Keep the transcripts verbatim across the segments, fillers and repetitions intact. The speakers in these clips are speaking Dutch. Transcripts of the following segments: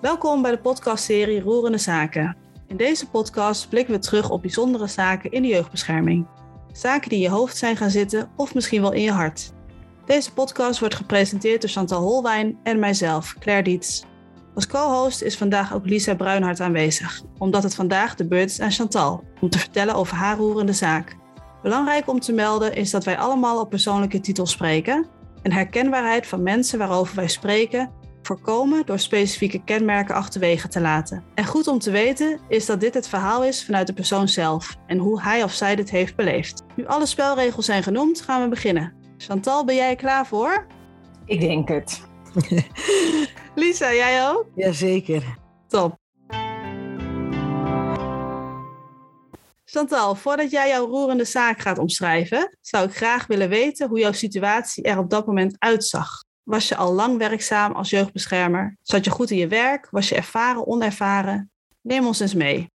Welkom bij de podcastserie Roerende Zaken. In deze podcast blikken we terug op bijzondere zaken in de jeugdbescherming. Zaken die in je hoofd zijn gaan zitten of misschien wel in je hart. Deze podcast wordt gepresenteerd door Chantal Holwijn en mijzelf, Claire Dietz. Als co-host is vandaag ook Lisa Bruinhart aanwezig, omdat het vandaag de beurt is aan Chantal om te vertellen over haar roerende zaak. Belangrijk om te melden is dat wij allemaal op persoonlijke titel spreken en herkenbaarheid van mensen waarover wij spreken voorkomen door specifieke kenmerken achterwege te laten. En goed om te weten is dat dit het verhaal is vanuit de persoon zelf en hoe hij of zij dit heeft beleefd. Nu alle spelregels zijn genoemd, gaan we beginnen. Chantal, ben jij er klaar voor? Ik denk het. Lisa, jij ook? Jazeker. Top. Chantal, voordat jij jouw roerende zaak gaat omschrijven, zou ik graag willen weten hoe jouw situatie er op dat moment uitzag. Was je al lang werkzaam als jeugdbeschermer? Zat je goed in je werk? Was je ervaren, onervaren? Neem ons eens mee.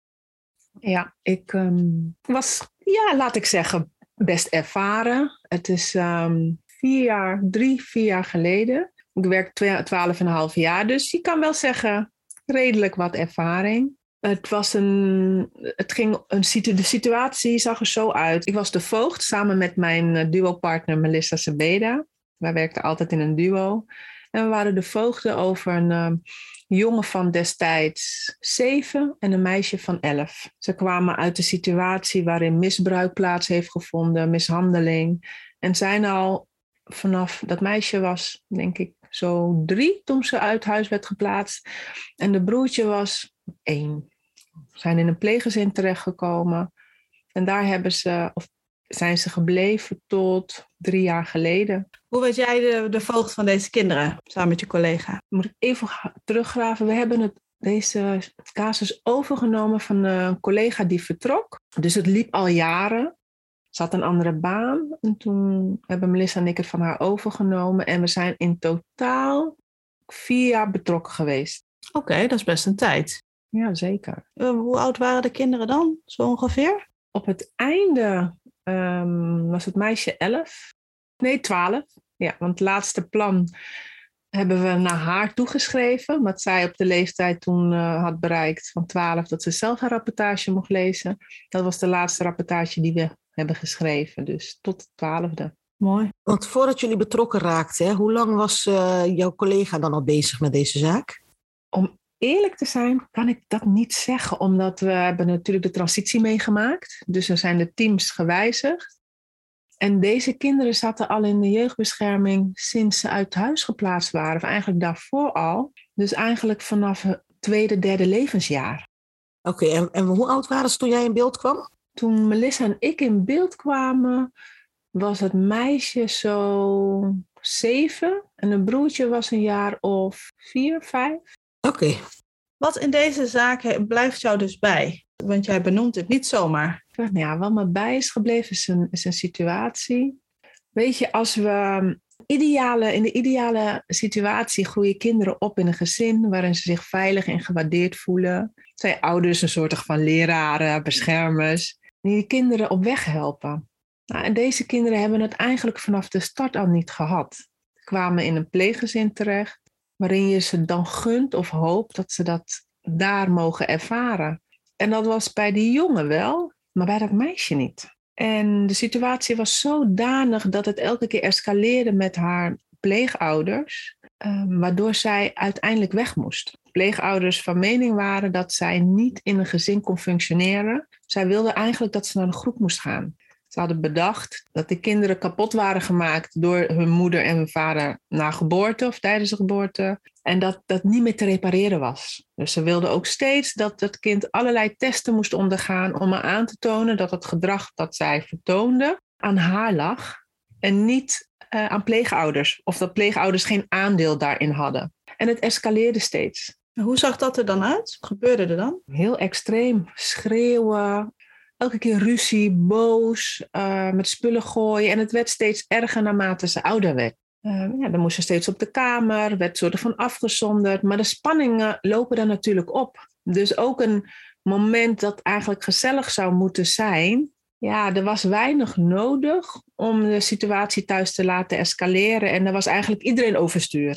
Ja, ik um, was, ja, laat ik zeggen, best ervaren. Het is um, vier jaar, drie, vier jaar geleden. Ik werk twaalf en een half jaar, dus je kan wel zeggen, redelijk wat ervaring. Het was een, het ging een, de situatie zag er zo uit. Ik was de voogd samen met mijn duo-partner Melissa Sebeda. Wij werkten altijd in een duo. En we waren de voogden over een uh, jongen van destijds zeven en een meisje van elf. Ze kwamen uit de situatie waarin misbruik plaats heeft gevonden, mishandeling. En zijn al vanaf, dat meisje was denk ik zo drie toen ze uit huis werd geplaatst. En de broertje was één. Ze zijn in een pleeggezin terechtgekomen. En daar hebben ze, of zijn ze gebleven tot drie jaar geleden. Hoe werd jij de, de voogd van deze kinderen, samen met je collega? Moet ik even teruggraven. We hebben het, deze casus overgenomen van een collega die vertrok. Dus het liep al jaren. Ze had een andere baan. En toen hebben Melissa en ik het van haar overgenomen. En we zijn in totaal vier jaar betrokken geweest. Oké, okay, dat is best een tijd. Ja, zeker. Uh, hoe oud waren de kinderen dan, zo ongeveer? Op het einde um, was het meisje elf. Nee, twaalf. Ja, want het laatste plan hebben we naar haar toegeschreven. Omdat zij op de leeftijd toen uh, had bereikt van twaalf dat ze zelf haar rapportage mocht lezen. Dat was de laatste rapportage die we hebben geschreven. Dus tot de twaalfde. Mooi. Want voordat jullie betrokken raakten, hè, hoe lang was uh, jouw collega dan al bezig met deze zaak? Om eerlijk te zijn kan ik dat niet zeggen. Omdat we hebben natuurlijk de transitie meegemaakt. Dus er zijn de teams gewijzigd. En deze kinderen zaten al in de jeugdbescherming sinds ze uit huis geplaatst waren. Of eigenlijk daarvoor al. Dus eigenlijk vanaf het tweede, derde levensjaar. Oké, okay, en, en hoe oud waren ze toen jij in beeld kwam? Toen Melissa en ik in beeld kwamen, was het meisje zo zeven. En een broertje was een jaar of vier, vijf. Oké. Okay. Wat in deze zaak blijft jou dus bij? Want jij benoemt het niet zomaar. Ja, wat me bij is gebleven is een, is een situatie. Weet je, als we ideale, in de ideale situatie groeien kinderen op in een gezin waarin ze zich veilig en gewaardeerd voelen. Zijn ouders een soort van leraren, beschermers, die de kinderen op weg helpen. Nou, en deze kinderen hebben het eigenlijk vanaf de start al niet gehad. Ze kwamen in een pleeggezin terecht, waarin je ze dan gunt of hoopt dat ze dat daar mogen ervaren. En dat was bij die jongen wel, maar bij dat meisje niet. En de situatie was zodanig dat het elke keer escaleerde met haar pleegouders, uh, waardoor zij uiteindelijk weg moest. Pleegouders van mening waren dat zij niet in een gezin kon functioneren. Zij wilden eigenlijk dat ze naar een groep moest gaan. Ze hadden bedacht dat de kinderen kapot waren gemaakt door hun moeder en hun vader na geboorte of tijdens de geboorte. En dat dat niet meer te repareren was. Dus ze wilden ook steeds dat het kind allerlei testen moest ondergaan om maar aan te tonen dat het gedrag dat zij vertoonde aan haar lag. En niet uh, aan pleegouders. Of dat pleegouders geen aandeel daarin hadden. En het escaleerde steeds. Hoe zag dat er dan uit? Wat gebeurde er dan? Heel extreem. Schreeuwen. Elke keer ruzie, boos, uh, met spullen gooien. En het werd steeds erger naarmate ze ouder werd. Uh, ja, dan moest ze steeds op de kamer, werd soort van afgezonderd. Maar de spanningen lopen dan natuurlijk op. Dus ook een moment dat eigenlijk gezellig zou moeten zijn. Ja, er was weinig nodig om de situatie thuis te laten escaleren. En er was eigenlijk iedereen overstuur.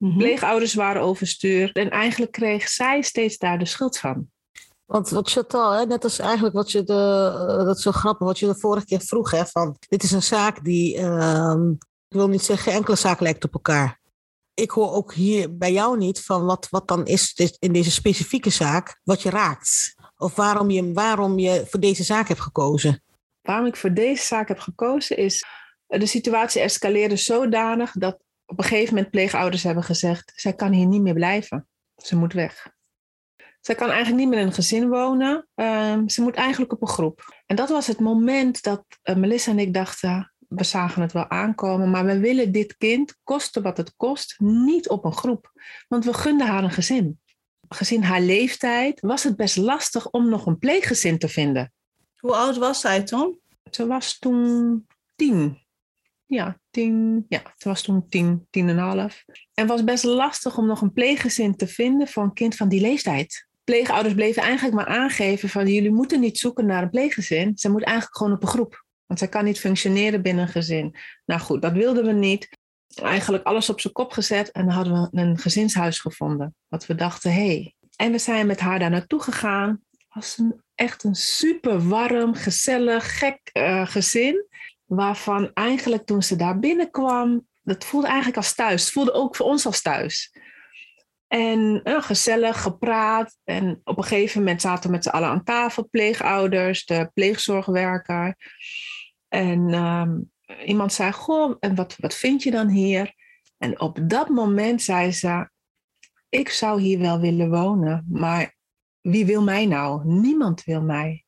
Mm-hmm. Pleegouders waren overstuur. En eigenlijk kreeg zij steeds daar de schuld van. Want wat Chantal, hè, net als eigenlijk wat je de, uh, dat is zo grappig, wat je de vorige keer vroeg, hè, van dit is een zaak die, uh, ik wil niet zeggen, enkele zaak lijkt op elkaar. Ik hoor ook hier bij jou niet van wat, wat dan is in deze specifieke zaak wat je raakt. Of waarom je, waarom je voor deze zaak hebt gekozen. Waarom ik voor deze zaak heb gekozen is, de situatie escaleerde zodanig dat op een gegeven moment pleegouders hebben gezegd, zij kan hier niet meer blijven. Ze moet weg. Zij kan eigenlijk niet meer in een gezin wonen. Uh, ze moet eigenlijk op een groep. En dat was het moment dat uh, Melissa en ik dachten, we zagen het wel aankomen, maar we willen dit kind, koste wat het kost, niet op een groep. Want we gunden haar een gezin. Gezien haar leeftijd was het best lastig om nog een pleeggezin te vinden. Hoe oud was zij toen? Ze was toen tien. Ja, tien. Ja, ze was toen tien, tien en een half. En het was best lastig om nog een pleeggezin te vinden voor een kind van die leeftijd. Pleegouders bleven eigenlijk maar aangeven van jullie moeten niet zoeken naar een pleeggezin. Ze moet eigenlijk gewoon op een groep. Want zij kan niet functioneren binnen een gezin. Nou goed, dat wilden we niet. Eigenlijk alles op zijn kop gezet en dan hadden we een gezinshuis gevonden. Wat we dachten, hé. Hey. En we zijn met haar daar naartoe gegaan. Het was een, echt een super warm, gezellig, gek uh, gezin. Waarvan eigenlijk toen ze daar binnenkwam, dat voelde eigenlijk als thuis. Het voelde ook voor ons als thuis. En uh, gezellig gepraat. En op een gegeven moment zaten we met z'n allen aan tafel. Pleegouders, de pleegzorgwerker. En um, iemand zei, goh, en wat, wat vind je dan hier? En op dat moment zei ze, ik zou hier wel willen wonen. Maar wie wil mij nou? Niemand wil mij.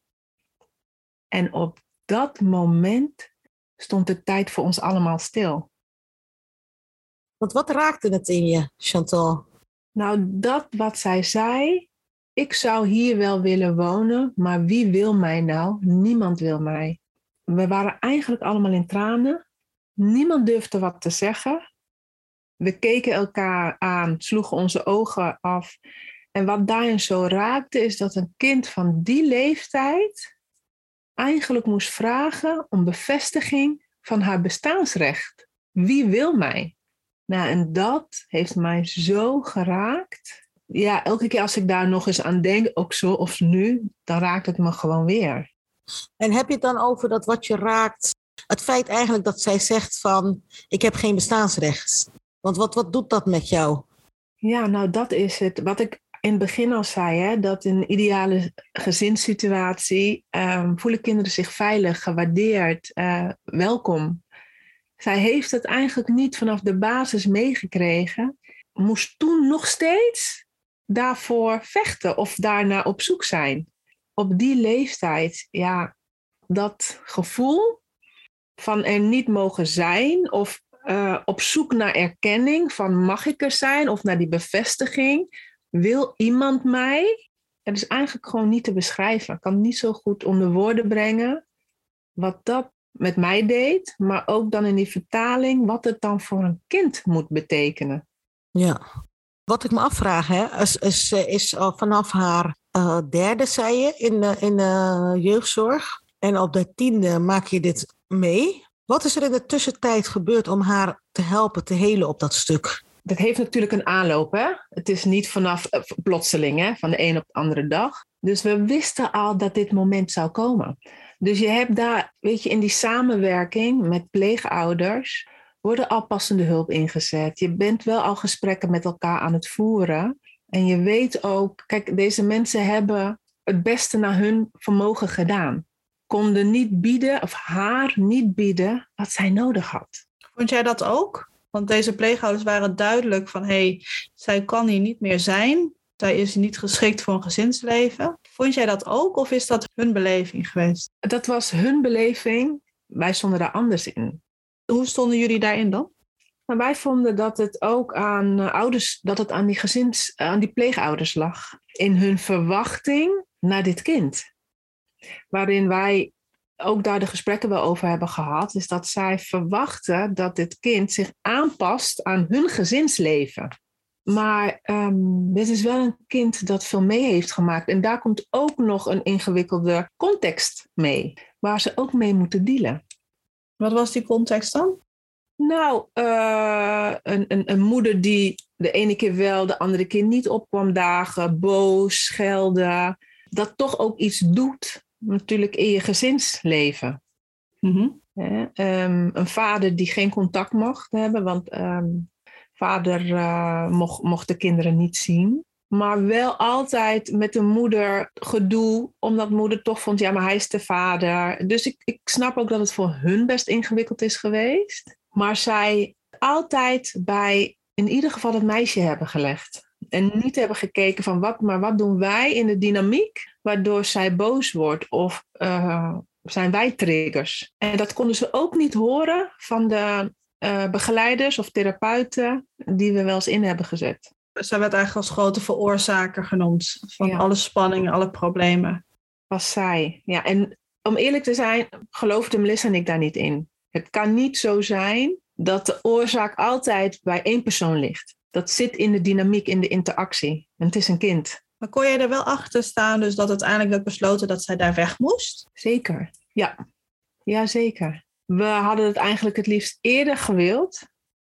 En op dat moment stond de tijd voor ons allemaal stil. Want wat raakte het in je, Chantal? Nou, dat wat zij zei, ik zou hier wel willen wonen, maar wie wil mij nou? Niemand wil mij. We waren eigenlijk allemaal in tranen. Niemand durfde wat te zeggen. We keken elkaar aan, sloegen onze ogen af. En wat daarin zo raakte, is dat een kind van die leeftijd eigenlijk moest vragen om bevestiging van haar bestaansrecht. Wie wil mij? Nou, en dat heeft mij zo geraakt. Ja, elke keer als ik daar nog eens aan denk, ook zo of nu, dan raakt het me gewoon weer. En heb je het dan over dat wat je raakt, het feit eigenlijk dat zij zegt van, ik heb geen bestaansrecht. Want wat, wat doet dat met jou? Ja, nou dat is het. Wat ik in het begin al zei, hè, dat in een ideale gezinssituatie um, voelen kinderen zich veilig, gewaardeerd, uh, welkom. Zij heeft het eigenlijk niet vanaf de basis meegekregen. Moest toen nog steeds daarvoor vechten of daarna op zoek zijn. Op die leeftijd, ja, dat gevoel van er niet mogen zijn of uh, op zoek naar erkenning van mag ik er zijn of naar die bevestiging. Wil iemand mij? Het is eigenlijk gewoon niet te beschrijven. Ik kan het niet zo goed onder woorden brengen wat dat met mij deed, maar ook dan in die vertaling wat het dan voor een kind moet betekenen. Ja, wat ik me afvraag, hè, is, is, is vanaf haar uh, derde, zei je, in de, in de jeugdzorg. En op de tiende maak je dit mee. Wat is er in de tussentijd gebeurd om haar te helpen, te helen op dat stuk? Dat heeft natuurlijk een aanloop, hè. Het is niet vanaf uh, plotseling, hè, van de een op de andere dag. Dus we wisten al dat dit moment zou komen. Dus je hebt daar, weet je, in die samenwerking met pleegouders worden al passende hulp ingezet. Je bent wel al gesprekken met elkaar aan het voeren. En je weet ook, kijk, deze mensen hebben het beste naar hun vermogen gedaan. Konden niet bieden, of haar niet bieden, wat zij nodig had. Vond jij dat ook? Want deze pleegouders waren duidelijk van, hé, hey, zij kan hier niet meer zijn. Zij is niet geschikt voor een gezinsleven. Vond jij dat ook of is dat hun beleving geweest? Dat was hun beleving. Wij stonden daar anders in. Hoe stonden jullie daarin dan? Maar wij vonden dat het ook aan uh, ouders, dat het aan die gezins, uh, aan die pleegouders lag. In hun verwachting naar dit kind. Waarin wij ook daar de gesprekken wel over hebben gehad, is dat zij verwachten dat dit kind zich aanpast aan hun gezinsleven. Maar um, dit is wel een kind dat veel mee heeft gemaakt. En daar komt ook nog een ingewikkelde context mee, waar ze ook mee moeten dealen. Wat was die context dan? Nou, uh, een, een, een moeder die de ene keer wel, de andere keer niet op kwam dagen, boos, schelden. Dat toch ook iets doet, natuurlijk in je gezinsleven. Mm-hmm. Ja, um, een vader die geen contact mocht hebben, want um, vader uh, mocht, mocht de kinderen niet zien. Maar wel altijd met de moeder gedoe, omdat moeder toch vond, ja, maar hij is de vader. Dus ik, ik snap ook dat het voor hun best ingewikkeld is geweest. Maar zij altijd bij in ieder geval het meisje hebben gelegd. En niet hebben gekeken van, wat, maar wat doen wij in de dynamiek, waardoor zij boos wordt of uh, zijn wij triggers. En dat konden ze ook niet horen van de uh, begeleiders of therapeuten die we wel eens in hebben gezet. Zij werd eigenlijk als grote veroorzaker genoemd van ja. alle spanningen, alle problemen. Was zij, ja. En om eerlijk te zijn, geloofde Melissa en ik daar niet in. Het kan niet zo zijn dat de oorzaak altijd bij één persoon ligt. Dat zit in de dynamiek, in de interactie. En het is een kind. Maar kon je er wel achter staan dus dat uiteindelijk werd besloten dat zij daar weg moest? Zeker, ja. Ja, zeker. We hadden het eigenlijk het liefst eerder gewild,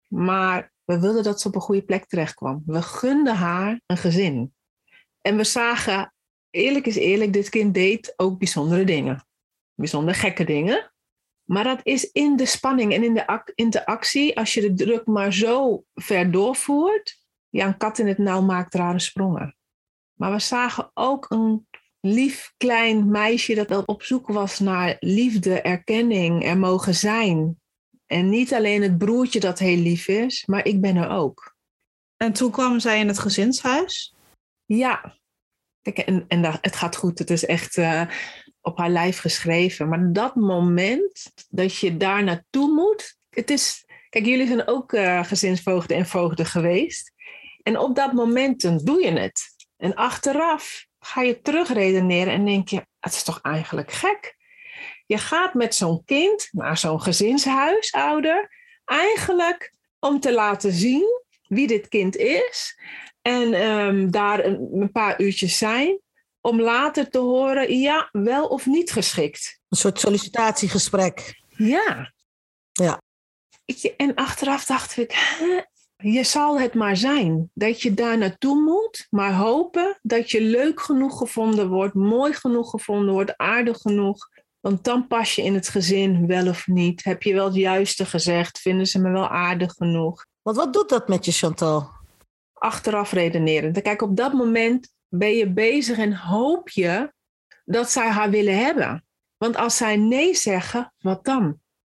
maar we wilden dat ze op een goede plek terecht kwam. We gunden haar een gezin. En we zagen, eerlijk is eerlijk, dit kind deed ook bijzondere dingen. Bijzonder gekke dingen. Maar dat is in de spanning en in de interactie, als je de druk maar zo ver doorvoert, ja, een kat in het nauw maakt rare sprongen. Maar we zagen ook een lief klein meisje dat op zoek was naar liefde, erkenning, er mogen zijn. En niet alleen het broertje dat heel lief is, maar ik ben er ook. En toen kwam zij in het gezinshuis? Ja. Kijk, en, en dat, het gaat goed. Het is echt uh, op haar lijf geschreven. Maar dat moment dat je daar naartoe moet. Het is, kijk, jullie zijn ook uh, gezinsvoogden en voogden geweest. En op dat moment dan doe je het. En achteraf ga je terugredeneren en denk je, het is toch eigenlijk gek. Je gaat met zo'n kind naar zo'n gezinshuisouder, eigenlijk om te laten zien wie dit kind is. En um, daar een, een paar uurtjes zijn, om later te horen, ja, wel of niet geschikt. Een soort sollicitatiegesprek. Ja. Ja. Ik, en achteraf dacht ik, hè? Je zal het maar zijn. Dat je daar naartoe moet, maar hopen dat je leuk genoeg gevonden wordt, mooi genoeg gevonden wordt, aardig genoeg. Want dan pas je in het gezin, wel of niet. Heb je wel het juiste gezegd? Vinden ze me wel aardig genoeg? Want wat doet dat met je, Chantal? Achteraf redeneren. Kijk, op dat moment ben je bezig en hoop je dat zij haar willen hebben. Want als zij nee zeggen, wat dan?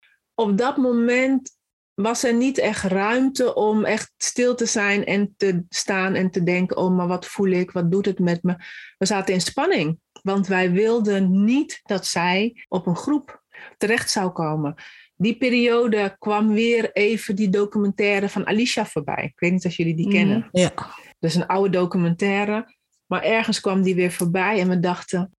Op dat moment was er niet echt ruimte om echt stil te zijn en te staan en te denken, oh, maar wat voel ik? Wat doet het met me? We zaten in spanning. Want wij wilden niet dat zij op een groep terecht zou komen. Die periode kwam weer even die documentaire van Alicia voorbij. Ik weet niet of jullie die kennen. Mm, ja. Dus een oude documentaire. Maar ergens kwam die weer voorbij en we dachten,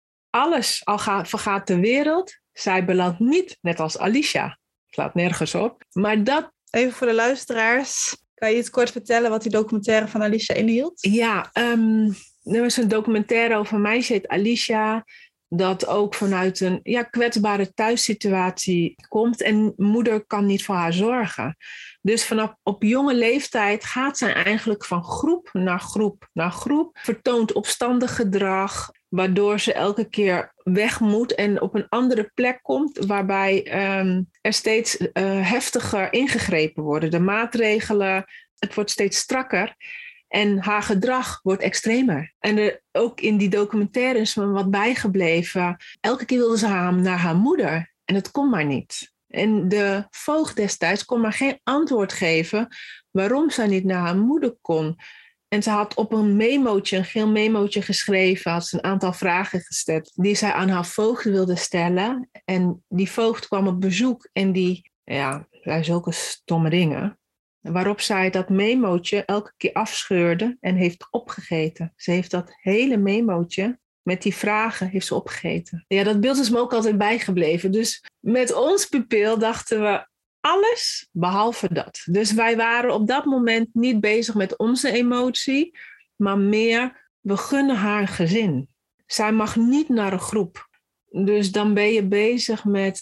alles al gaat, vergaat de wereld. Zij belandt niet, net als Alicia. Slaat nergens op. Maar dat... Even voor de luisteraars. Kan je het kort vertellen wat die documentaire van Alicia inhield? Ja, um, er was een documentaire over een meisje, heet Alicia, dat ook vanuit een ja, kwetsbare thuissituatie komt en moeder kan niet voor haar zorgen. Dus vanaf op jonge leeftijd gaat zij eigenlijk van groep naar groep naar groep, vertoont opstandig gedrag, waardoor ze elke keer weg moet en op een andere plek komt, waarbij um, er steeds uh, heftiger ingegrepen worden. De maatregelen, het wordt steeds strakker. En haar gedrag wordt extremer. En er, ook in die documentaire is me wat bijgebleven. Elke keer wilde ze haar naar haar moeder. En het kon maar niet. En de voogd destijds kon maar geen antwoord geven waarom zij niet naar haar moeder kon. En ze had op een memootje, een geel memootje geschreven, had ze een aantal vragen gesteld die zij aan haar voogd wilde stellen. En die voogd kwam op bezoek en die, ja, zei zulke stomme dingen. Waarop zij dat memootje elke keer afscheurde en heeft opgegeten. Ze heeft dat hele memootje met die vragen heeft ze opgegeten. Ja, dat beeld is me ook altijd bijgebleven. Dus met ons pupil dachten we alles behalve dat. Dus wij waren op dat moment niet bezig met onze emotie, maar meer, we gunnen haar een gezin. Zij mag niet naar een groep. Dus dan ben je bezig met,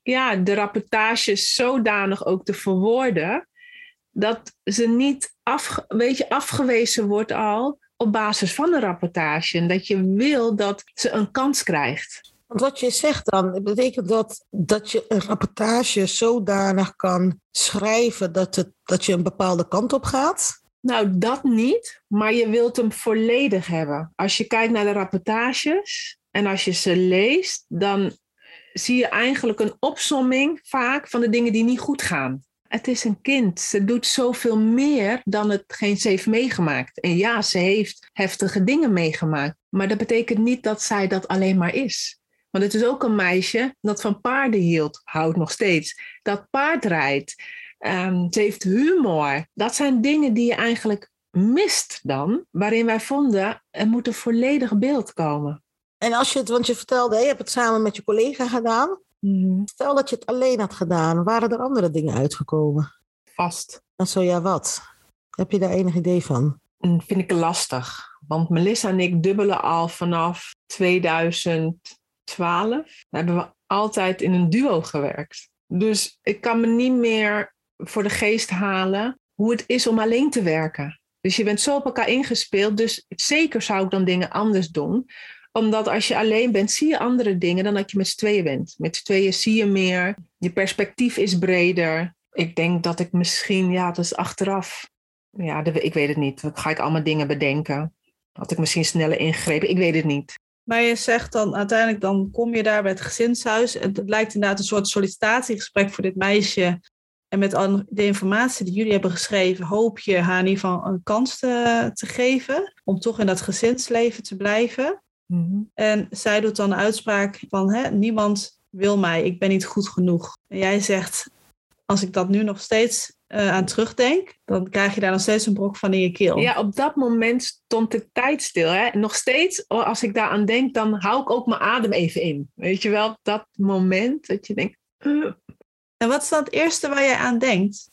ja, de rapportages zodanig ook te verwoorden dat ze niet afge, weet je, afgewezen wordt al op basis van een rapportage. En dat je wil dat ze een kans krijgt. Want wat je zegt dan, betekent dat dat je een rapportage zodanig kan schrijven dat, het, dat je een bepaalde kant op gaat? Nou, dat niet, maar je wilt hem volledig hebben. Als je kijkt naar de rapportages en als je ze leest, dan zie je eigenlijk een opsomming vaak van de dingen die niet goed gaan. Het is een kind. Ze doet zoveel meer dan hetgeen ze heeft meegemaakt. En ja, ze heeft heftige dingen meegemaakt. Maar dat betekent niet dat zij dat alleen maar is. Want het is ook een meisje dat van paarden hield, houdt nog steeds. Dat paardrijdt. Um, ze heeft humor. Dat zijn dingen die je eigenlijk mist dan. Waarin wij vonden, er moet een volledig beeld komen. En als je het, want je vertelde, je hebt het samen met je collega gedaan. Mm-hmm. Stel dat je het alleen had gedaan, waren er andere dingen uitgekomen? Vast. En zo ja, wat? Heb je daar enig idee van? Dat vind ik lastig. Want Melissa en ik dubbelen al vanaf tweeduizend twaalf. We hebben we altijd in een duo gewerkt. Dus ik kan me niet meer voor de geest halen hoe het is om alleen te werken. Dus je bent zo op elkaar ingespeeld. Dus zeker zou ik dan dingen anders doen. Omdat als je alleen bent, zie je andere dingen dan dat je met z'n tweeën bent. Met z'n tweeën zie je meer. Je perspectief is breder. Ik denk dat ik misschien, ja, dat is achteraf. Ja, de, ik weet het niet. Dan ga ik allemaal dingen bedenken. Had ik misschien sneller ingegrepen? Ik weet het niet. Maar je zegt dan uiteindelijk, dan kom je daar bij het gezinshuis. Het lijkt inderdaad een soort sollicitatiegesprek voor dit meisje. En met al de informatie die jullie hebben geschreven, hoop je haar in ieder geval een kans te, te geven. Om toch in dat gezinsleven te blijven. Mm-hmm. En zij doet dan de uitspraak van, hè, niemand wil mij, ik ben niet goed genoeg. En jij zegt, als ik dat nu nog steeds uh, aan terugdenk, dan krijg je daar nog steeds een brok van in je keel. Ja, op dat moment stond de tijd stil. Hè? Nog steeds, als ik daaraan denk, dan hou ik ook mijn adem even in. Weet je wel, dat moment dat je denkt... Uh. En wat is dan het eerste waar jij aan denkt?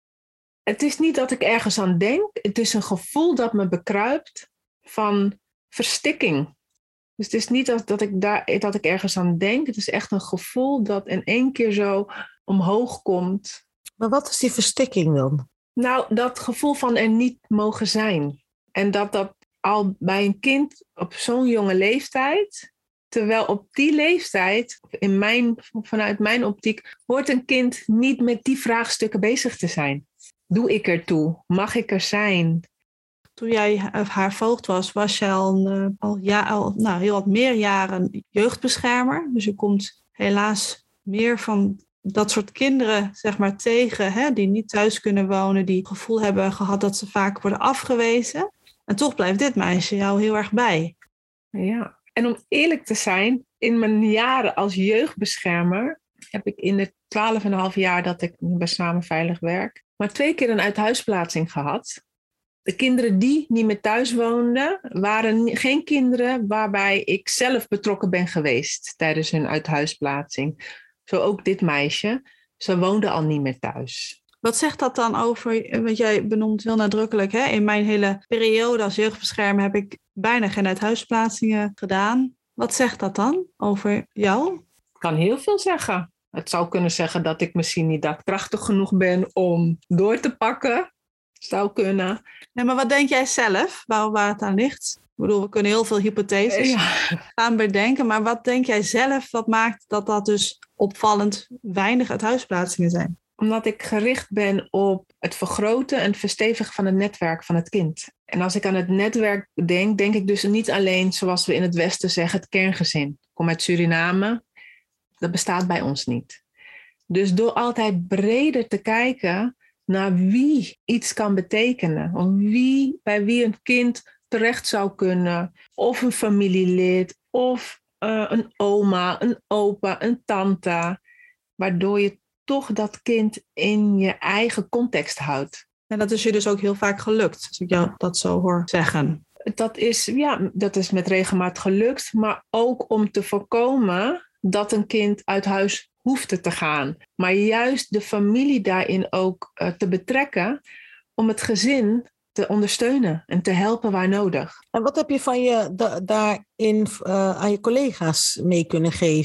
Het is niet dat ik ergens aan denk. Het is een gevoel dat me bekruipt van verstikking. Dus het is niet dat, dat, ik daar, dat ik ergens aan denk. Het is echt een gevoel dat in één keer zo omhoog komt. Maar wat is die verstikking dan? Nou, dat gevoel van er niet mogen zijn. En dat dat al bij een kind op zo'n jonge leeftijd... terwijl op die leeftijd, in mijn, vanuit mijn optiek... hoort een kind niet met die vraagstukken bezig te zijn. Doe ik ertoe? Mag ik er zijn? Toen jij haar voogd was, was jij al, uh, al, ja, al nou, heel wat meer jaren jeugdbeschermer. Dus je komt helaas meer van dat soort kinderen, zeg maar, tegen, hè, die niet thuis kunnen wonen, die het gevoel hebben gehad dat ze vaak worden afgewezen. En toch blijft dit meisje jou heel erg bij. Ja, en om eerlijk te zijn, in mijn jaren als jeugdbeschermer heb ik in de twaalf en een half jaar dat ik bij Samen Veilig werk, maar twee keer een uithuisplaatsing gehad. De kinderen die niet meer thuis woonden, waren geen kinderen waarbij ik zelf betrokken ben geweest tijdens hun uithuisplaatsing. Zo ook dit meisje. Ze woonde al niet meer thuis. Wat zegt dat dan over, want jij benoemt heel nadrukkelijk, hè? In mijn hele periode als jeugdbeschermer heb ik bijna geen uithuisplaatsingen gedaan. Wat zegt dat dan over jou? Ik kan heel veel zeggen. Het zou kunnen zeggen dat ik misschien niet daadkrachtig genoeg ben om door te pakken. Zou kunnen. Nee, maar wat denk jij zelf, waar, waar het aan ligt? Ik bedoel, we kunnen heel veel hypotheses ja. gaan bedenken. Maar wat denk jij zelf, wat maakt dat dat dus opvallend weinig uithuisplaatsingen zijn? Omdat ik gericht ben op het vergroten en verstevigen van het netwerk van het kind. En als ik aan het netwerk denk, denk ik dus niet alleen, zoals we in het Westen zeggen, het kerngezin. Ik kom uit Suriname. Dat bestaat bij ons niet. Dus door altijd breder te kijken naar wie iets kan betekenen. Of wie, bij wie een kind terecht zou kunnen. Of een familielid. Of uh, een oma, een opa, een tante. Waardoor je toch dat kind in je eigen context houdt. En dat is je dus ook heel vaak gelukt, als ik jou dat zo hoor zeggen. Dat is, ja, dat is met regelmaat gelukt. Maar ook om te voorkomen dat een kind uit huis hoefde te gaan. Maar juist de familie daarin ook uh, te betrekken om het gezin te ondersteunen en te helpen waar nodig. En wat heb je van je da- daarin uh, aan je collega's mee kunnen geven?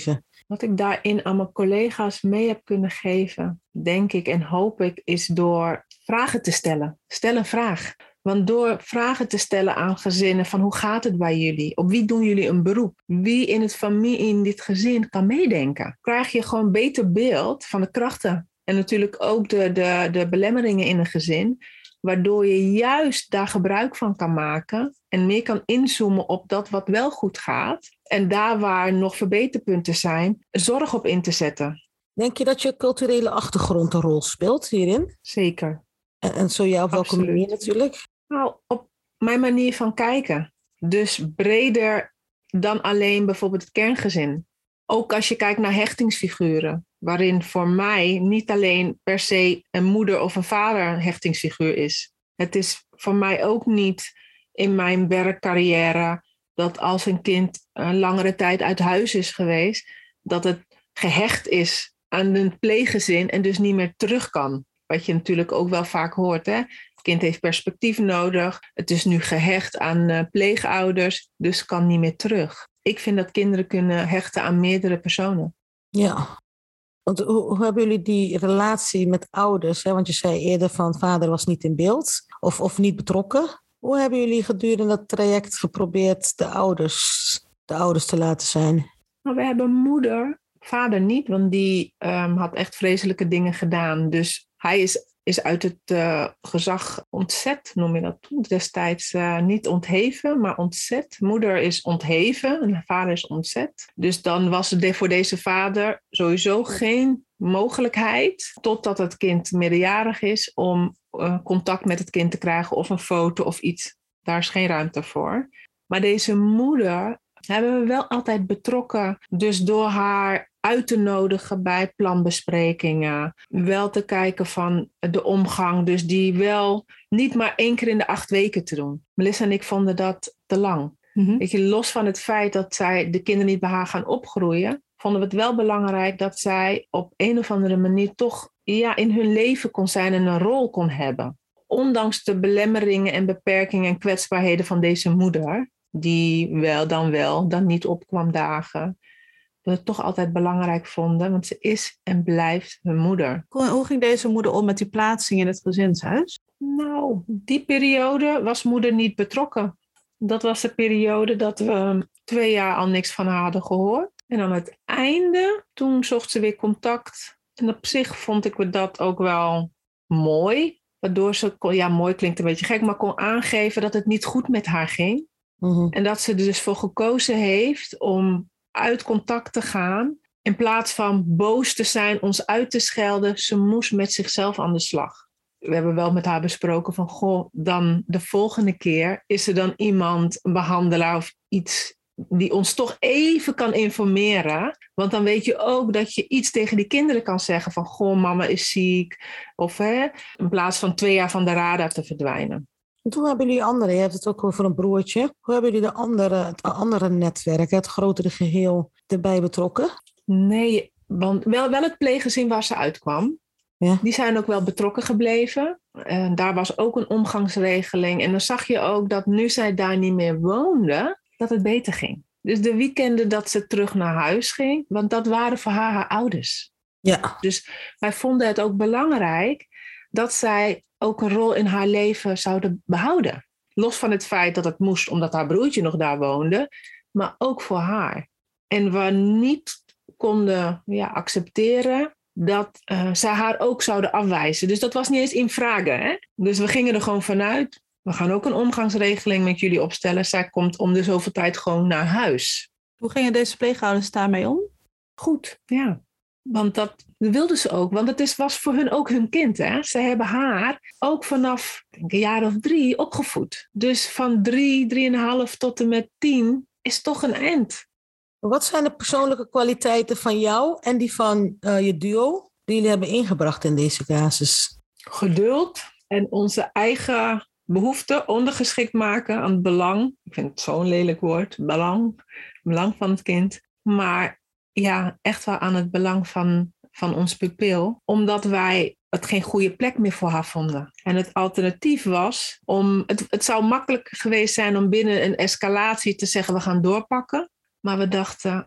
Wat ik daarin aan mijn collega's mee heb kunnen geven, denk ik en hoop ik, is door vragen te stellen. Stel een vraag. Want door vragen te stellen aan gezinnen van hoe gaat het bij jullie? Op wie doen jullie een beroep? Wie in het familie, in dit gezin kan meedenken? Krijg je gewoon een beter beeld van de krachten. En natuurlijk ook de, de, de belemmeringen in een gezin. Waardoor je juist daar gebruik van kan maken. En meer kan inzoomen op dat wat wel goed gaat. En daar waar nog verbeterpunten zijn, zorg op in te zetten. Denk je dat je culturele achtergrond een rol speelt hierin? Zeker. En, en zo ja, op welke Absoluut. manier natuurlijk? Nou, op mijn manier van kijken. Dus breder dan alleen bijvoorbeeld het kerngezin. Ook als je kijkt naar hechtingsfiguren. Waarin voor mij niet alleen per se een moeder of een vader een hechtingsfiguur is. Het is voor mij ook niet in mijn werkcarrière dat als een kind een langere tijd uit huis is geweest, dat het gehecht is aan een pleeggezin en dus niet meer terug kan. Wat je natuurlijk ook wel vaak hoort. Hè? Het kind heeft perspectief nodig. Het is nu gehecht aan uh, pleegouders, dus kan niet meer terug. Ik vind dat kinderen kunnen hechten aan meerdere personen. Ja. Want hoe, hoe hebben jullie die relatie met ouders? Hè? Want je zei eerder van vader was niet in beeld of, of niet betrokken. Hoe hebben jullie gedurende dat traject geprobeerd de ouders, de ouders te laten zijn? Nou, we hebben moeder, vader niet, want die um, had echt vreselijke dingen gedaan. Dus hij is, is uit het uh, gezag ontzet, noem je dat toen. Destijds uh, niet ontheven, maar ontzet. Moeder is ontheven en vader is ontzet. Dus dan was er voor deze vader sowieso geen mogelijkheid, totdat het kind meerderjarig is, om uh, contact met het kind te krijgen of een foto of iets. Daar is geen ruimte voor. Maar deze moeder hebben we wel altijd betrokken. Dus door haar uit te nodigen bij planbesprekingen. Wel te kijken van de omgang. Dus die wel niet maar één keer in de acht weken te doen. Melissa en ik vonden dat te lang. Mm-hmm. Weet je, los van het feit dat zij de kinderen niet bij haar gaan opgroeien, vonden we het wel belangrijk dat zij op een of andere manier toch ja, in hun leven kon zijn en een rol kon hebben. Ondanks de belemmeringen en beperkingen en kwetsbaarheden van deze moeder, die wel dan wel dan niet opkwam dagen, we het toch altijd belangrijk vonden, want ze is en blijft hun moeder. Hoe ging deze moeder om met die plaatsing in het gezinshuis? Nou, die periode was moeder niet betrokken. Dat was de periode dat we twee jaar al niks van haar hadden gehoord. En aan het einde, toen zocht ze weer contact. En op zich vond ik dat ook wel mooi. Waardoor ze, ja, mooi klinkt een beetje gek, maar kon aangeven dat het niet goed met haar ging. Mm-hmm. En dat ze er dus voor gekozen heeft om uit contact te gaan. In plaats van boos te zijn, ons uit te schelden. Ze moest met zichzelf aan de slag. We hebben wel met haar besproken van, goh, dan de volgende keer is er dan iemand, een behandelaar of iets, die ons toch even kan informeren. Want dan weet je ook dat je iets tegen die kinderen kan zeggen van, goh, mama is ziek. Of hè, in plaats van twee jaar van de radar te verdwijnen. Hoe hebben jullie anderen, je hebt het ook over een broertje. Hoe hebben jullie de andere, het andere netwerk, het grotere geheel erbij betrokken? Nee, want wel, wel het pleeggezin waar ze uitkwam. Ja. Die zijn ook wel betrokken gebleven. En daar was ook een omgangsregeling. En dan zag je ook dat nu zij daar niet meer woonde, dat het beter ging. Dus de weekenden dat ze terug naar huis ging, want dat waren voor haar haar ouders. Ja. Dus wij vonden het ook belangrijk dat zij ook een rol in haar leven zouden behouden. Los van het feit dat het moest omdat haar broertje nog daar woonde, maar ook voor haar. En we niet konden ja, accepteren dat uh, zij haar ook zouden afwijzen. Dus dat was niet eens in vragen. Hè? Dus we gingen er gewoon vanuit, we gaan ook een omgangsregeling met jullie opstellen. Zij komt om de zoveel tijd gewoon naar huis. Hoe gingen deze pleegouders daarmee om? Goed, ja. Want dat wilden ze ook. Want het is, was voor hun ook hun kind. Hè? Ze hebben haar ook vanaf denk, een jaar of drie opgevoed. Dus van drie, drieënhalf tot en met tien is toch een eind. Wat zijn de persoonlijke kwaliteiten van jou en die van uh, je duo die jullie hebben ingebracht in deze casus? Geduld en onze eigen behoeften ondergeschikt maken aan het belang. Ik vind het zo'n lelijk woord. Belang. Belang van het kind. Maar ja, echt wel aan het belang van, van ons pupil. Omdat wij het geen goede plek meer voor haar vonden. En het alternatief was om... Het, het zou makkelijk geweest zijn om binnen een escalatie te zeggen we gaan doorpakken. Maar we dachten,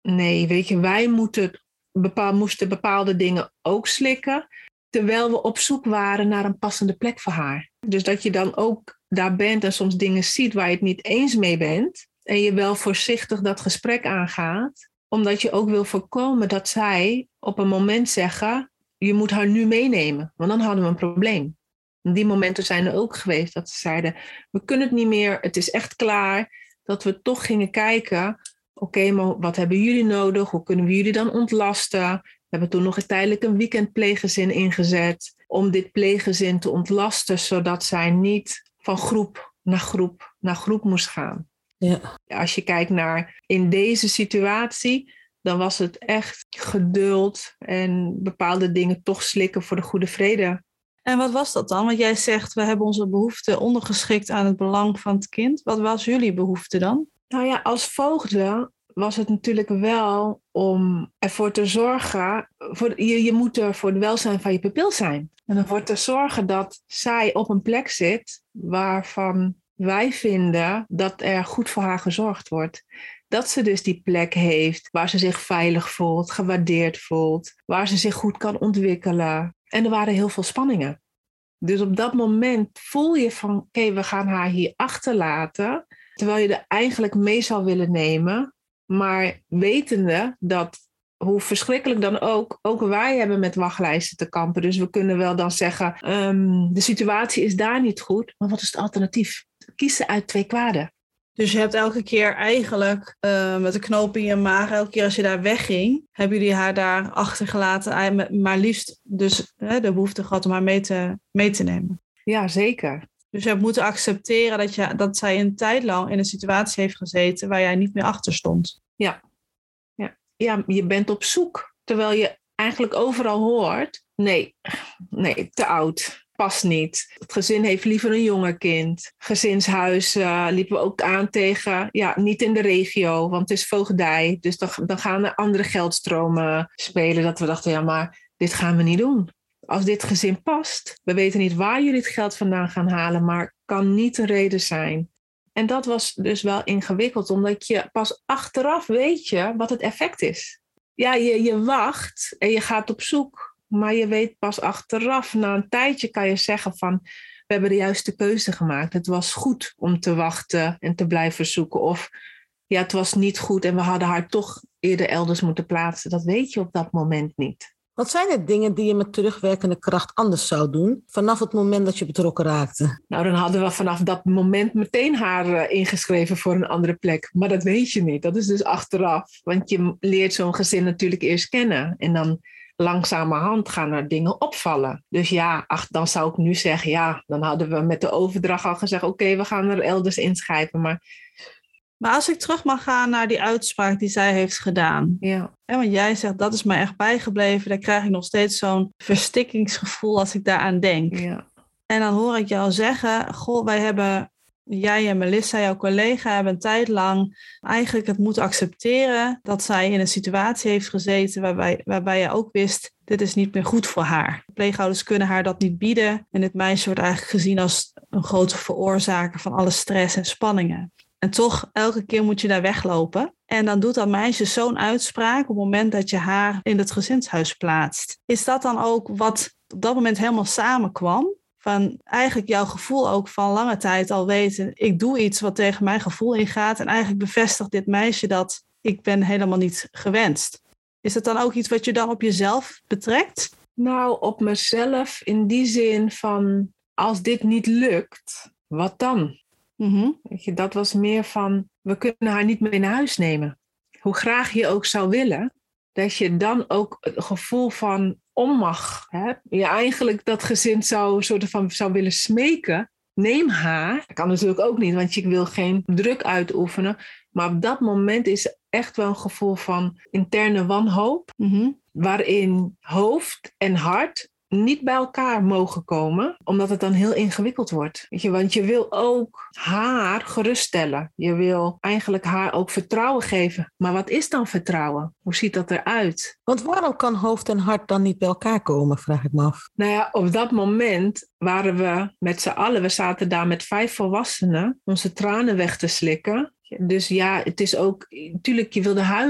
Nee, weet je, wij moeten bepaal, moesten bepaalde dingen ook slikken, terwijl we op zoek waren naar een passende plek voor haar. Dus dat je dan ook daar bent en soms dingen ziet waar je het niet eens mee bent en je wel voorzichtig dat gesprek aangaat, omdat je ook wil voorkomen dat zij op een moment zeggen, je moet haar nu meenemen, want dan hadden we een probleem. En die momenten zijn er ook geweest dat ze zeiden, we kunnen het niet meer, het is echt klaar, dat we toch gingen kijken, oké, okay, maar wat hebben jullie nodig? Hoe kunnen we jullie dan ontlasten? We hebben toen nog tijdelijk een weekendpleeggezin ingezet om dit pleeggezin te ontlasten, zodat zij niet van groep naar groep naar groep moest gaan. Ja. Als je kijkt naar in deze situatie, dan was het echt geduld en bepaalde dingen toch slikken voor de goede vrede. En wat was dat dan? Want jij zegt, we hebben onze behoeften ondergeschikt aan het belang van het kind. Wat was jullie behoefte dan? Nou ja, als voogden was het natuurlijk wel om ervoor te zorgen, voor, je, je moet er voor het welzijn van je pupil zijn. En ervoor te zorgen dat zij op een plek zit waarvan wij vinden dat er goed voor haar gezorgd wordt. Dat ze dus die plek heeft waar ze zich veilig voelt, gewaardeerd voelt, waar ze zich goed kan ontwikkelen. En er waren heel veel spanningen. Dus op dat moment voel je van, oké, okay, we gaan haar hier achterlaten, terwijl je er eigenlijk mee zou willen nemen, maar wetende dat, hoe verschrikkelijk dan ook, ook wij hebben met wachtlijsten te kampen. Dus we kunnen wel dan zeggen, um, de situatie is daar niet goed, maar wat is het alternatief? Kiezen uit twee kwaden. Dus je hebt elke keer eigenlijk uh, met een knoop in je maag, elke keer als je daar wegging, hebben jullie haar daar achtergelaten, maar liefst dus uh, de behoefte gehad om haar mee te, mee te nemen. Ja, zeker. Dus je hebt moeten accepteren dat, je, dat zij een tijd lang in een situatie heeft gezeten waar jij niet meer achter stond. Ja. Ja. Ja, je bent op zoek, terwijl je eigenlijk overal hoort, nee, nee, te oud. Past niet. Het gezin heeft liever een jonger kind. Gezinshuis uh, liepen we ook aan tegen, ja, niet in de regio, want het is voogdij. Dus dan, dan gaan er andere geldstromen spelen. Dat we dachten, ja, maar dit gaan we niet doen. Als dit gezin past, we weten niet waar jullie het geld vandaan gaan halen, maar kan niet een reden zijn. En dat was dus wel ingewikkeld, omdat je pas achteraf weet je wat het effect is. Ja, je, je wacht en je gaat op zoek. Maar je weet pas achteraf, na een tijdje kan je zeggen van, we hebben de juiste keuze gemaakt. Het was goed om te wachten en te blijven zoeken. Of ja, het was niet goed en we hadden haar toch eerder elders moeten plaatsen. Dat weet je op dat moment niet. Wat zijn het dingen die je met terugwerkende kracht anders zou doen vanaf het moment dat je betrokken raakte? Nou, dan hadden we vanaf dat moment meteen haar uh, ingeschreven voor een andere plek. Maar dat weet je niet. Dat is dus achteraf. Want je leert zo'n gezin natuurlijk eerst kennen. En dan langzamerhand gaan er dingen opvallen. Dus ja, ach, dan zou ik nu zeggen, ja, dan hadden we met de overdracht al gezegd, oké, okay, we gaan er elders inschrijven. Maar... maar als ik terug mag gaan naar die uitspraak die zij heeft gedaan. Ja. Hè, want jij zegt, dat is mij echt bijgebleven. Daar krijg ik nog steeds zo'n verstikkingsgevoel als ik daaraan denk. Ja. En dan hoor ik jou zeggen, goh, wij hebben, jij en Melissa, jouw collega, hebben een tijd lang eigenlijk het moeten accepteren dat zij in een situatie heeft gezeten waarbij, waarbij je ook wist, dit is niet meer goed voor haar. Pleegouders kunnen haar dat niet bieden en dit meisje wordt eigenlijk gezien als een grote veroorzaker van alle stress en spanningen. En toch, elke keer moet je daar weglopen. En dan doet dat meisje zo'n uitspraak op het moment dat je haar in het gezinshuis plaatst. Is dat dan ook wat op dat moment helemaal samenkwam? Van eigenlijk jouw gevoel ook van lange tijd al weten, ik doe iets wat tegen mijn gevoel ingaat. En eigenlijk bevestigt dit meisje dat ik ben helemaal niet gewenst. Is dat dan ook iets wat je dan op jezelf betrekt? Nou, op mezelf in die zin van, als dit niet lukt, wat dan? Mm-hmm. Weet je, dat was meer van, we kunnen haar niet meer naar huis nemen. Hoe graag je ook zou willen, dat je dan ook het gevoel van onmacht hebt. Je eigenlijk dat gezin zou, soort van, zou willen smeken. Neem haar. Dat kan natuurlijk ook niet, want je wil geen druk uitoefenen. Maar op dat moment is echt wel een gevoel van interne wanhoop. Mm-hmm. Waarin hoofd en hart niet bij elkaar mogen komen, omdat het dan heel ingewikkeld wordt. Weet je, want je wil ook haar geruststellen. Je wil eigenlijk haar ook vertrouwen geven. Maar wat is dan vertrouwen? Hoe ziet dat eruit? Want waarom kan hoofd en hart dan niet bij elkaar komen, vraag ik me af. Nou ja, op dat moment waren we met z'n allen, we zaten daar met vijf volwassenen, onze tranen weg te slikken. Dus ja, het is ook, natuurlijk, je wilde huilen.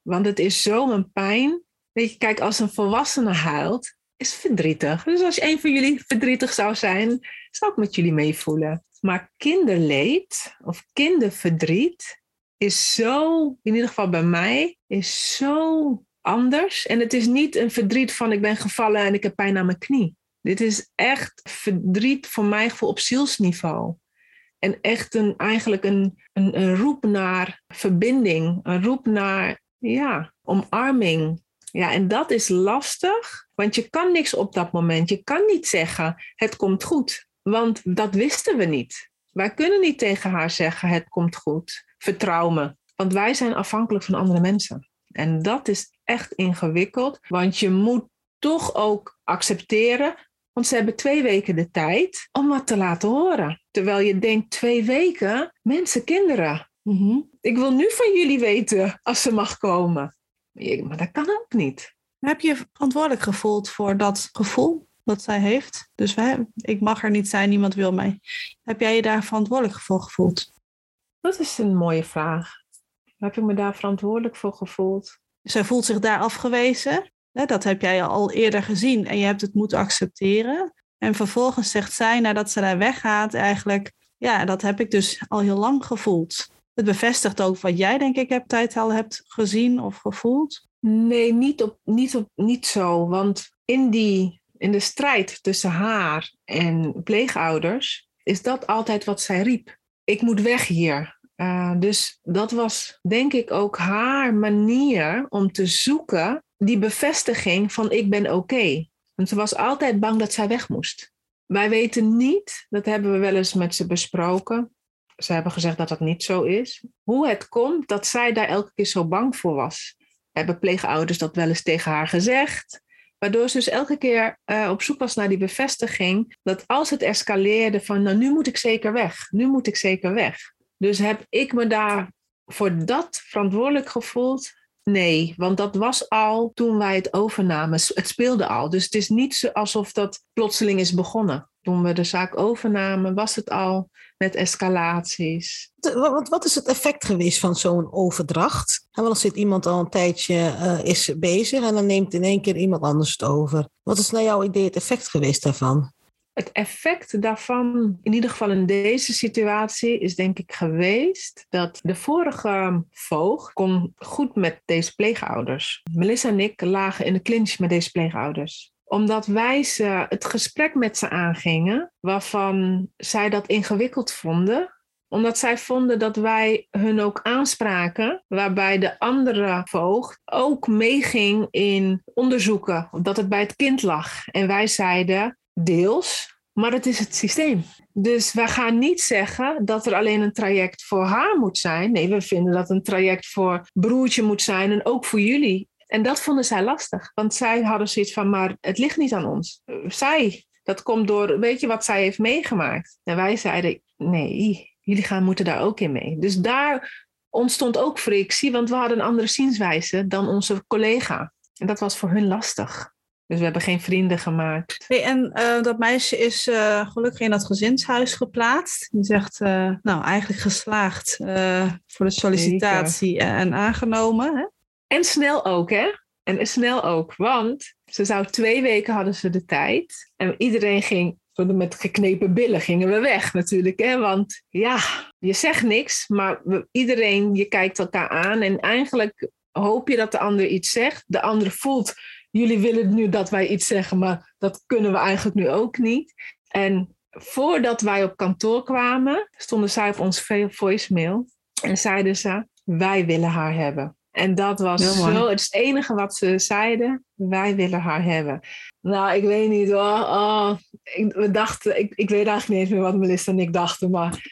Want het is zo'n pijn. Weet je, kijk, als een volwassene huilt, is het verdrietig. Dus als een van jullie verdrietig zou zijn, zou ik met jullie meevoelen. Maar kinderleed of kinderverdriet is zo, in ieder geval bij mij, is zo anders. En het is niet een verdriet van ik ben gevallen en ik heb pijn aan mijn knie. Dit is echt verdriet voor mijn gevoel op zielsniveau. En echt een, eigenlijk een, een, een roep naar verbinding. Een roep naar ja, omarming. Ja, en dat is lastig, want je kan niks op dat moment. Je kan niet zeggen, het komt goed. Want dat wisten we niet. Wij kunnen niet tegen haar zeggen, het komt goed. Vertrouw me. Want wij zijn afhankelijk van andere mensen. En dat is echt ingewikkeld. Want je moet toch ook accepteren. Want ze hebben twee weken de tijd om wat te laten horen. Terwijl je denkt, twee weken? Mensen, kinderen. Mm-hmm. Ik wil nu van jullie weten als ze mag komen. Maar dat kan ook niet. Heb je je verantwoordelijk gevoeld voor dat gevoel dat zij heeft? Dus wij, ik mag er niet zijn, niemand wil mij. Heb jij je daar verantwoordelijk voor gevoeld? Dat is een mooie vraag. Heb ik me daar verantwoordelijk voor gevoeld? Zij voelt zich daar afgewezen. Dat heb jij al eerder gezien en je hebt het moeten accepteren. En vervolgens zegt zij, nadat ze daar weggaat, eigenlijk, ja, dat heb ik dus al heel lang gevoeld. Het bevestigt ook wat jij, denk ik, hebt tijd al hebt gezien of gevoeld. Nee, niet, op, niet, op, niet zo. Want in, die, in de strijd tussen haar en pleegouders is dat altijd wat zij riep. Ik moet weg hier. Uh, dus dat was, denk ik, ook haar manier om te zoeken die bevestiging van ik ben oké. Okay. Want ze was altijd bang dat zij weg moest. Wij weten niet, dat hebben we wel eens met ze besproken. Ze hebben gezegd dat dat niet zo is. Hoe het komt dat zij daar elke keer zo bang voor was. Hebben pleegouders dat wel eens tegen haar gezegd. Waardoor ze dus elke keer uh, op zoek was naar die bevestiging. Dat als het escaleerde van nou nu moet ik zeker weg. Nu moet ik zeker weg. Dus heb ik me daar voor dat verantwoordelijk gevoeld? Nee, want dat was al toen wij het overnamen. Het speelde al. Dus het is niet alsof dat plotseling is begonnen. Toen we de zaak overnamen, was het al met escalaties. Wat, wat is het effect geweest van zo'n overdracht? En dan zit iemand al een tijdje uh, is bezig en dan neemt in één keer iemand anders het over. Wat is naar jouw idee het effect geweest daarvan? Het effect daarvan, in ieder geval in deze situatie, is denk ik geweest dat de vorige voogd kon goed met deze pleegouders. Melissa en ik lagen in de clinch met deze pleegouders. Omdat wij ze het gesprek met ze aangingen, waarvan zij dat ingewikkeld vonden. Omdat zij vonden dat wij hun ook aanspraken, waarbij de andere voogd ook meeging in onderzoeken, dat het bij het kind lag. En wij zeiden, deels, maar het is het systeem. Dus wij gaan niet zeggen dat er alleen een traject voor haar moet zijn. Nee, we vinden dat een traject voor broertje moet zijn en ook voor jullie. En dat vonden zij lastig, want zij hadden zoiets van, maar het ligt niet aan ons. Zij, dat komt door, weet je wat zij heeft meegemaakt? En wij zeiden, nee, jullie gaan moeten daar ook in mee. Dus daar ontstond ook frictie, want we hadden een andere zienswijze dan onze collega. En dat was voor hun lastig. Dus we hebben geen vrienden gemaakt. Hey, en uh, dat meisje is uh, gelukkig in dat gezinshuis geplaatst. Die zegt, uh, nou eigenlijk geslaagd uh, voor de sollicitatie en, en aangenomen. Hè? En snel ook, hè? En snel ook, want ze zou twee weken hadden ze de tijd. En iedereen ging, met geknepen billen gingen we weg natuurlijk. Hè? Want ja, je zegt niks, maar we, iedereen, je kijkt elkaar aan. En eigenlijk hoop je dat de ander iets zegt. De ander voelt, jullie willen nu dat wij iets zeggen, maar dat kunnen we eigenlijk nu ook niet. En voordat wij op kantoor kwamen, stonden zij op ons voicemail. En zeiden ze, wij willen haar hebben. En dat was zo, het is het enige wat ze zeiden. Wij willen haar hebben. Nou, ik weet niet hoor. Oh, ik, we dachten, ik, ik weet eigenlijk niet eens meer wat Melissa en ik dachten. Maar,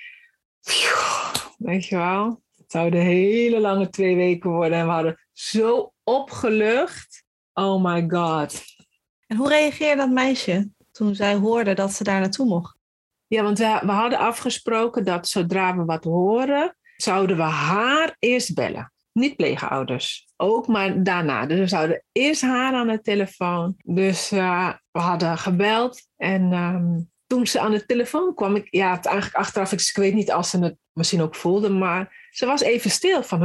pjoh, weet je wel. Het zouden hele lange twee weken worden. En we hadden zo opgelucht. Oh my god. En hoe reageerde dat meisje toen zij hoorde dat ze daar naartoe mocht? Ja, want we, we hadden afgesproken dat zodra we wat horen, zouden we haar eerst bellen. Niet pleegouders. Ook, maar daarna. Dus we zouden eerst haar aan de telefoon. Dus uh, we hadden gebeld. En um, toen ze aan de telefoon kwam, ik, ja, het eigenlijk achteraf, ik weet niet als ze het misschien ook voelde, maar ze was even stil van, huh?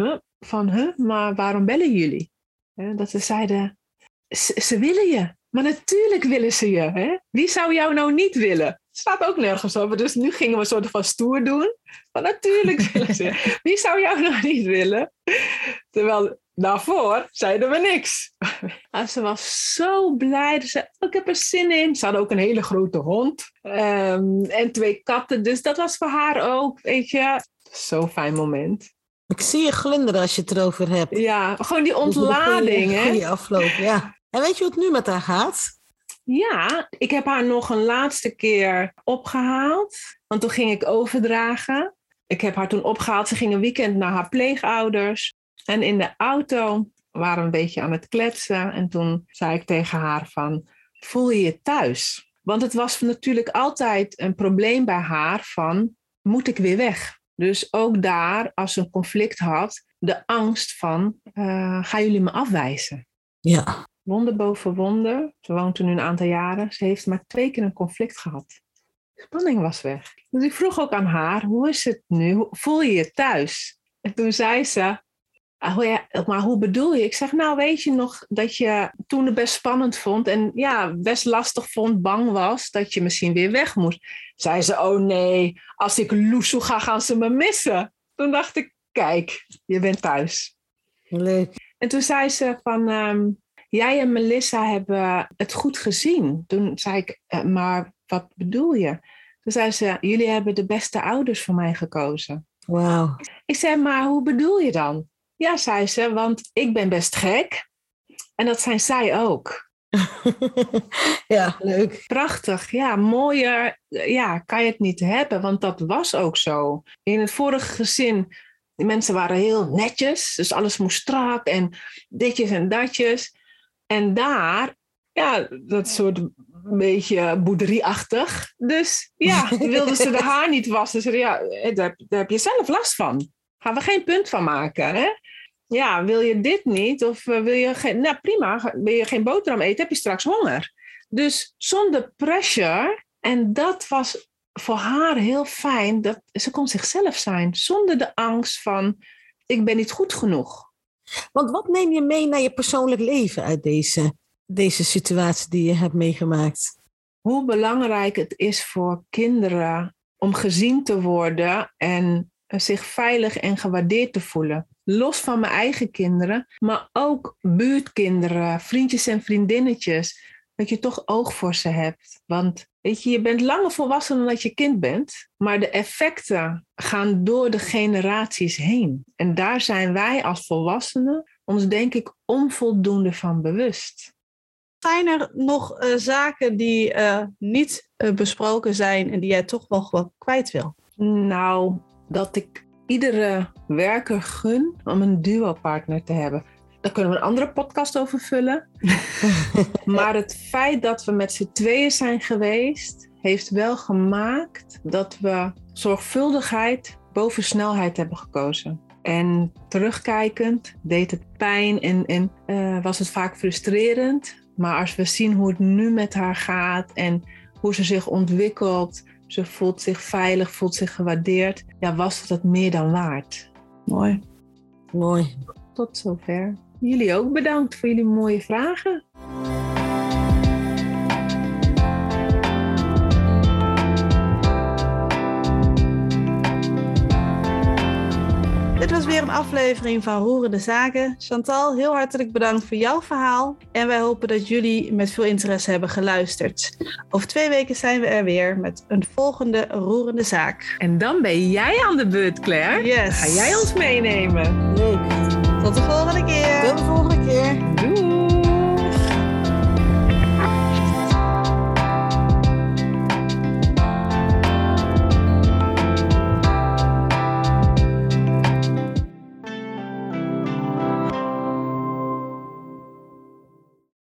van, huh, maar waarom bellen jullie? Hè, dat ze zeiden, ze, ze willen je. Maar natuurlijk willen ze je. Hè? Wie zou jou nou niet willen? Het staat ook nergens over. Dus nu gingen we een soort van stoer doen. Maar natuurlijk willen ze. Wie zou jou nou niet willen? Terwijl daarvoor zeiden we niks. En ze was zo blij. Ze zei, oh, ik heb er zin in. Ze had ook een hele grote hond. Um, en twee katten. Dus dat was voor haar ook, weet je. Zo'n fijn moment. Ik zie je glunderen als je het erover hebt. Ja, gewoon die ontlading. Goeie, goeie afloop, ja. En weet je hoe het nu met haar gaat? Ja, ik heb haar nog een laatste keer opgehaald. Want toen ging ik overdragen. Ik heb haar toen opgehaald. Ze ging een weekend naar haar pleegouders. En in de auto waren we een beetje aan het kletsen. En toen zei ik tegen haar van, voel je je thuis? Want het was natuurlijk altijd een probleem bij haar van, moet ik weer weg? Dus ook daar, als ze een conflict had, de angst van, uh, gaan jullie me afwijzen? Ja. Wonder boven wonder. Ze woont er nu een aantal jaren. Ze heeft maar twee keer een conflict gehad. De spanning was weg. Dus ik vroeg ook aan haar, hoe is het nu? Voel je je thuis? En toen zei ze, oh ja, maar hoe bedoel je? Ik zeg, nou weet je nog dat je toen het best spannend vond en ja, best lastig vond, bang was dat je misschien weer weg moest. Zei ze, oh nee, als ik loesoe ga, gaan ze me missen. Toen dacht ik, kijk, je bent thuis. Leuk. En toen zei ze van, um, jij en Melissa hebben het goed gezien. Toen zei ik, uh, maar wat bedoel je? Toen zei ze, jullie hebben de beste ouders voor mij gekozen. Wauw. Ik zei, maar hoe bedoel je dan? Ja, zei ze, want ik ben best gek. En dat zijn zij ook. Ja, leuk. Prachtig, ja, mooier ja, kan je het niet hebben, want dat was ook zo. In het vorige gezin, die mensen waren heel netjes, dus alles moest strak en ditjes en datjes. En daar, ja, dat soort een beetje boerderieachtig. Dus ja, wilden ze de haar niet wassen. Ze zeiden, ja, daar, daar heb je zelf last van. Gaan we geen punt van maken, hè? Ja, wil je dit niet? Of uh, wil je geen... Nou, prima. Wil je geen boterham eten? Heb je straks honger? Dus zonder pressure. En dat was voor haar heel fijn. Dat ze kon zichzelf zijn. Zonder de angst van, ik ben niet goed genoeg. Want wat neem je mee naar je persoonlijk leven uit deze, deze situatie die je hebt meegemaakt? Hoe belangrijk het is voor kinderen om gezien te worden en zich veilig en gewaardeerd te voelen. Los van mijn eigen kinderen, maar ook buurtkinderen, vriendjes en vriendinnetjes. Dat je toch oog voor ze hebt. Want weet je, je bent langer volwassen dan dat je kind bent. Maar de effecten gaan door de generaties heen. En daar zijn wij als volwassenen ons denk ik onvoldoende van bewust. Zijn er nog uh, zaken die uh, niet uh, besproken zijn en die jij toch wel gewoon kwijt wil? Nou, dat ik iedere werker gun om een duo-partner te hebben. Daar kunnen we een andere podcast over vullen. Maar het feit dat we met z'n tweeën zijn geweest, heeft wel gemaakt dat we zorgvuldigheid boven snelheid hebben gekozen. En terugkijkend deed het pijn en, en uh, was het vaak frustrerend. Maar als we zien hoe het nu met haar gaat en hoe ze zich ontwikkelt, ze voelt zich veilig, voelt zich gewaardeerd, ja, was het het meer dan waard. Mooi. Mooi. Tot zover. Jullie ook bedankt voor jullie mooie vragen. Dit was weer een aflevering van Roerende Zaken. Chantal, heel hartelijk bedankt voor jouw verhaal. En wij hopen dat jullie met veel interesse hebben geluisterd. Over twee weken zijn we er weer met een volgende Roerende Zaak. En dan ben jij aan de beurt, Claire. Yes. Ga jij ons meenemen? Leuk. Tot de volgende keer. Tot de volgende keer.